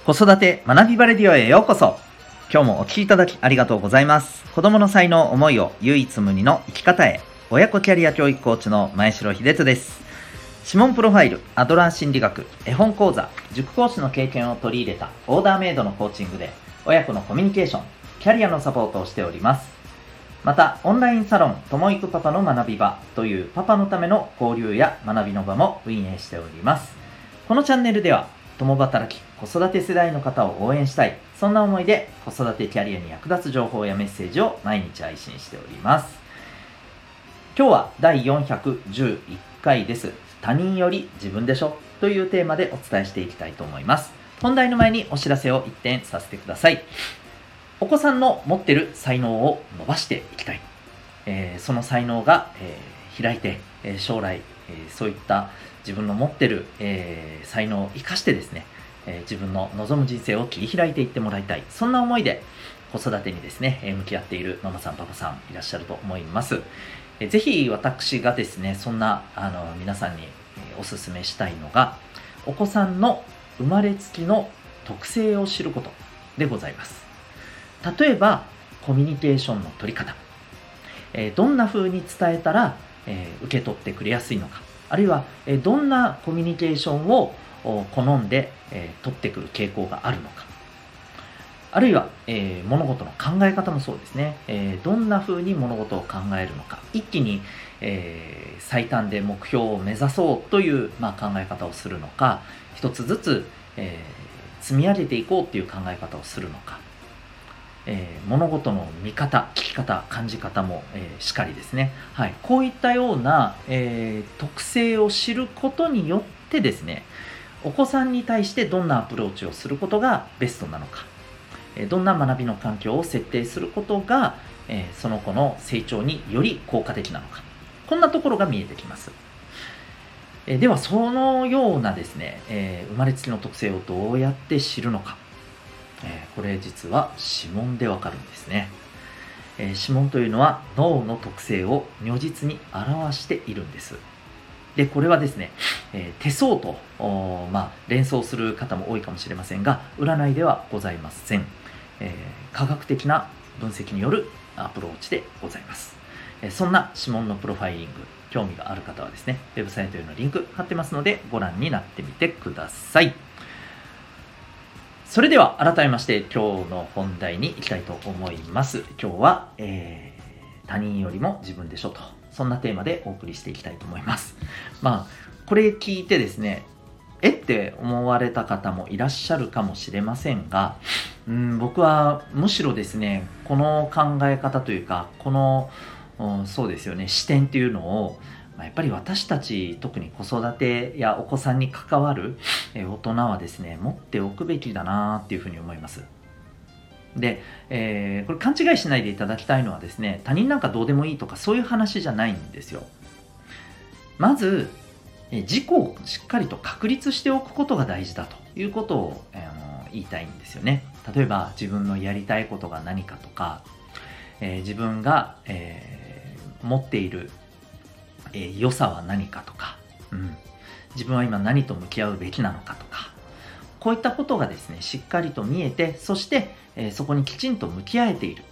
子育て学びバレディオへようこそ。今日もお聞きいただきありがとうございます。子供の才能、思いを唯一無二の生き方へ、親子キャリア教育コーチの前城秀人です。指紋プロファイル、アドラー心理学、絵本講座、塾講師の経験を取り入れたオーダーメイドのコーチングで親子のコミュニケーション、キャリアのサポートをしております。またオンラインサロンともいくパパの学び場というパパのための交流や学びの場も運営しております。このチャンネルでは共働き子育て世代の方を応援したい、そんな思いで子育てキャリアに役立つ情報やメッセージを毎日配信しております。今日は第411回です。他人より自分でしょというテーマでお伝えしていきたいと思います。本題の前にお知らせを一点させてください。お子さんの持っている才能を伸ばしていきたい、その才能が、開いて、将来、そういった自分の持っている、才能を生かしてですね、自分の望む人生を切り開いていってもらいたい、そんな思いで子育てにですね、向き合っているママさんパパさんいらっしゃると思います。ぜひ私がですね、そんな皆さんにお勧めしたいのが、お子さんの生まれつきの特性を知ることでございます。例えばコミュニケーションの取り方、どんな風に伝えたら、受け取ってくれやすいのか、あるいは、どんなコミュニケーションを好んで、取ってくる傾向があるのか、あるいは、物事の考え方もそうですね、どんな風に物事を考えるのか、一気に、最短で目標を目指そうという、考え方をするのか、一つずつ、積み上げていこうという考え方をするのか、物事の見方、聞き方、感じ方も、しっかりですね、はい、こういったような、特性を知ることによってですね、お子さんに対してどんなアプローチをすることがベストなのか、どんな学びの環境を設定することが、その子の成長により効果的なのか、こんなところが見えてきます。ではそのようなですね、生まれつきの特性をどうやって知るのか、これ実は指紋でわかるんですね。指紋というのは脳の特性を如実に表しているんです。でこれはですね、手相と連想する方も多いかもしれませんが、占いではございません。科学的な分析によるアプローチでございます。そんな指紋のプロファイリング、興味がある方はですね、ウェブサイトへのリンク貼ってますのでご覧になってみてください。それでは改めまして今日の本題に行きたいと思います。今日は、他人よりも自分でしょと、そんなテーマでお送りしていきたいと思います。これ聞いてですね、って思われた方もいらっしゃるかもしれませんが、僕はむしろですね、この考え方というか、このそうですよね、視点というのをやっぱり私たち、特に子育てやお子さんに関わる大人はですね、持っておくべきだなっていうふうに思います。で、これ勘違いしないでいただきたいのはですね、他人なんかどうでもいいとかそういう話じゃないんですよ。まず自己をしっかりと確立しておくことが大事だということを言いたいんですよね。例えば自分のやりたいことが何かとか、自分が、持っている良さは何かとか、自分は今何と向き合うべきなのかとか、こういったことがですね、しっかりと見えて、そして、そこにきちんと向き合えている。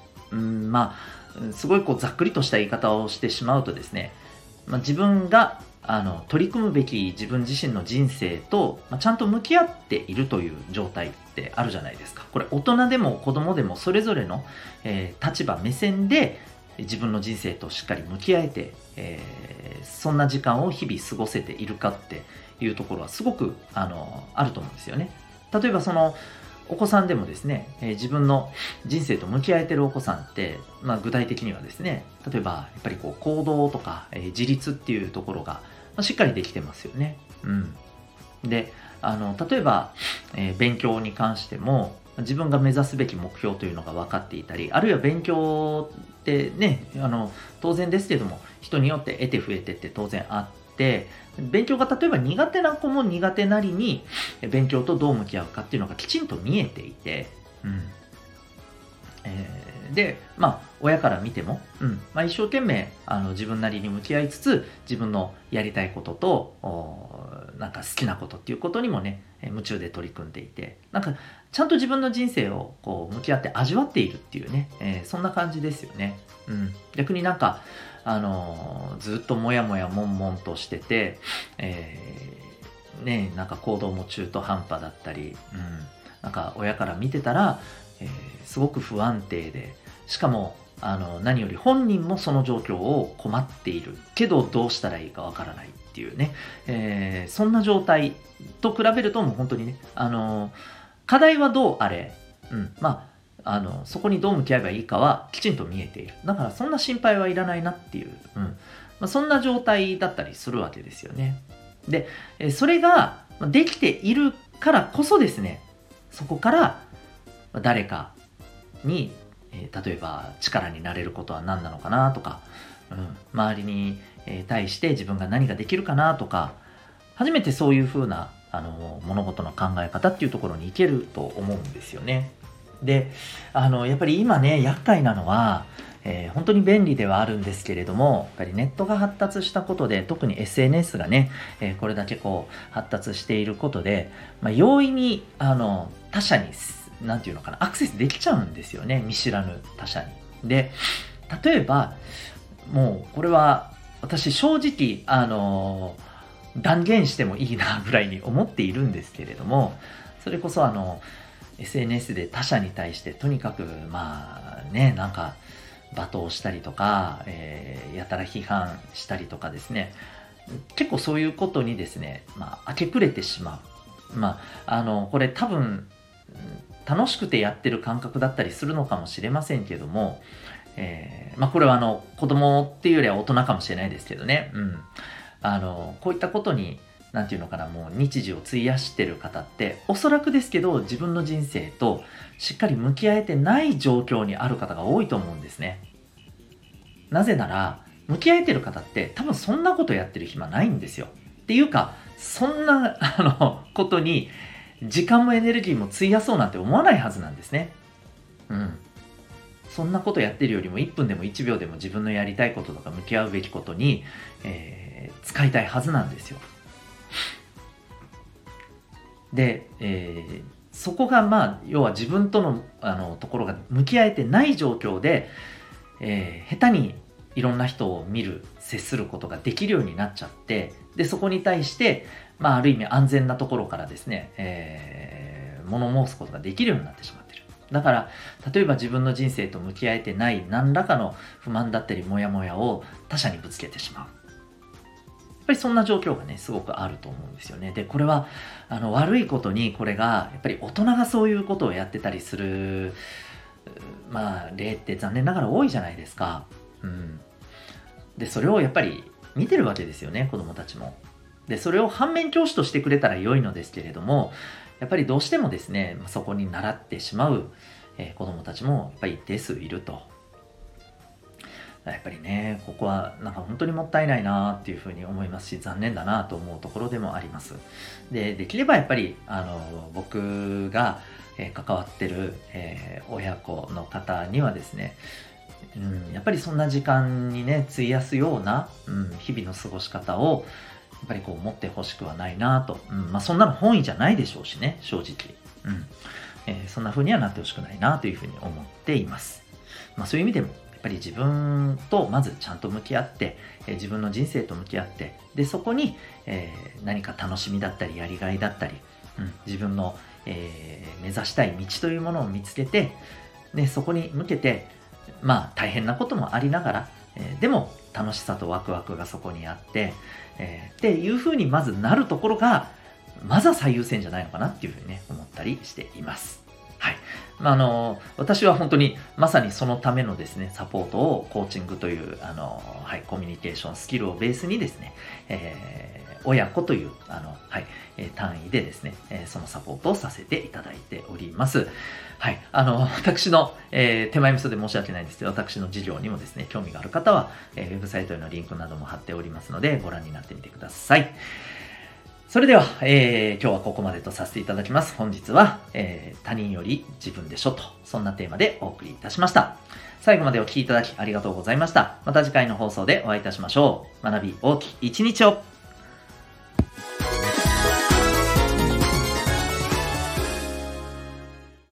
すごいざっくりとした言い方をしてしまうとですね、自分が取り組むべき自分自身の人生と、ちゃんと向き合っているという状態ってあるじゃないですか。これ大人でも子供でもそれぞれの、立場目線で自分の人生としっかり向き合えて、そんな時間を日々過ごせているかっていうところはすごくあると思うんですよね。例えばそのお子さんでもですね、自分の人生と向き合えてるお子さんって、具体的にはですね、例えばやっぱり行動とか、自立っていうところが、しっかりできてますよね。で例えば、勉強に関しても自分が目指すべき目標というのが分かっていたり、あるいは勉強ってね、当然ですけども、人によって得て増えてって当然あって、勉強が例えば苦手な子も苦手なりに勉強とどう向き合うかっていうのがきちんと見えていて、で親から見ても、一生懸命自分なりに向き合いつつ、自分のやりたいこととなんか好きなことっていうことにもね、夢中で取り組んでいて、なんかちゃんと自分の人生をこう向き合って味わっているっていうね、そんな感じですよね。逆になんか、ずっともやもや悶々としてて、なんか行動も中途半端だったり、なんか親から見てたら、すごく不安定で、しかも何より本人もその状況を困っているけどどうしたらいいかわからないっていうね、そんな状態と比べるともう本当にね、課題はどうあれ、そこにどう向き合えばいいかはきちんと見えている。だからそんな心配はいらないなっていう、そんな状態だったりするわけですよね。で、それができているからこそですね、そこから誰かに、例えば力になれることは何なのかなとか、周りに対して自分が何ができるかなとか、初めてそういう風な物事の考え方っていうところに行けると思うんですよね。で、やっぱり今ね、厄介なのは、本当に便利ではあるんですけれども、やっぱりネットが発達したことで、特に SNS がね、これだけこう発達していることで、容易に他者になんていうのかな、アクセスできちゃうんですよね、見知らぬ他者に。で、例えばもうこれは私正直断言してもいいなぐらいに思っているんですけれども、それこそSNS で他者に対してとにかくなんか罵倒したりとか、やたら批判したりとかですね、結構そういうことにですね、明け暮れてしまう。これ多分楽しくてやってる感覚だったりするのかもしれませんけども、これは子供っていうよりは大人かもしれないですけどね、こういったことになんていうのかな、もう日時を費やしてる方っておそらくですけど自分の人生としっかり向き合えてない状況にある方が多いと思うんですね。なぜなら向き合えてる方って多分そんなことやってる暇ないんですよ。っていうかそんなことに時間もエネルギーも費やそうなんて思わないはずなんですね。そんなことやってるよりも1分でも1秒でも自分のやりたいこととか向き合うべきことに、使いたいはずなんですよ。で、そこが要は自分とのところが向き合えてない状況で、下手にいろんな人を見る、接することができるようになっちゃって、でそこに対して、ある意味安全なところからですね、物申すことができるようになってしまっている。だから例えば自分の人生と向き合えてない何らかの不満だったりモヤモヤを他者にぶつけてしまう。やっぱりそんな状況がね、すごくあると思うんですよね。で、これは悪いことにこれがやっぱり大人がそういうことをやってたりする例って残念ながら多いじゃないですか。で、それをやっぱり見てるわけですよね、子供たちも。で、それを反面教師としてくれたら良いのですけれども、やっぱりどうしてもですね、そこに習ってしまう、子供たちもやっぱり一定数いると。やっぱりね、ここはなんか本当にもったいないなっていうふうに思いますし、残念だなと思うところでもあります。で、できればやっぱり僕が関わってる親子の方にはですね、やっぱりそんな時間にね費やすような、日々の過ごし方をやっぱりこう持ってほしくはないなと、そんなの本意じゃないでしょうしね、正直、そんな風にはなってほしくないなというふうに思っています。そういう意味でもやっぱり自分とまずちゃんと向き合って、自分の人生と向き合って、でそこに、何か楽しみだったりやりがいだったり、自分の、目指したい道というものを見つけて、でそこに向けて大変なこともありながら、でも楽しさとワクワクがそこにあって、っていう風にまずなるところがまずは最優先じゃないのかなっていうふうにね思ったりしています。はい。私は本当にまさにそのためのですね、サポートをコーチングという、コミュニケーションスキルをベースにですね、親子という、単位でですね、そのサポートをさせていただいております。はい。私の、手前味噌で申し訳ないんですけど、私の事業にもですね、興味がある方は、ウェブサイトへのリンクなども貼っておりますので、ご覧になってみてください。それでは、今日はここまでとさせていただきます。本日は、他人より自分でしょと、そんなテーマでお送りいたしました。最後までお聞きいただきありがとうございました。また次回の放送でお会いいたしましょう。学び大きい一日を。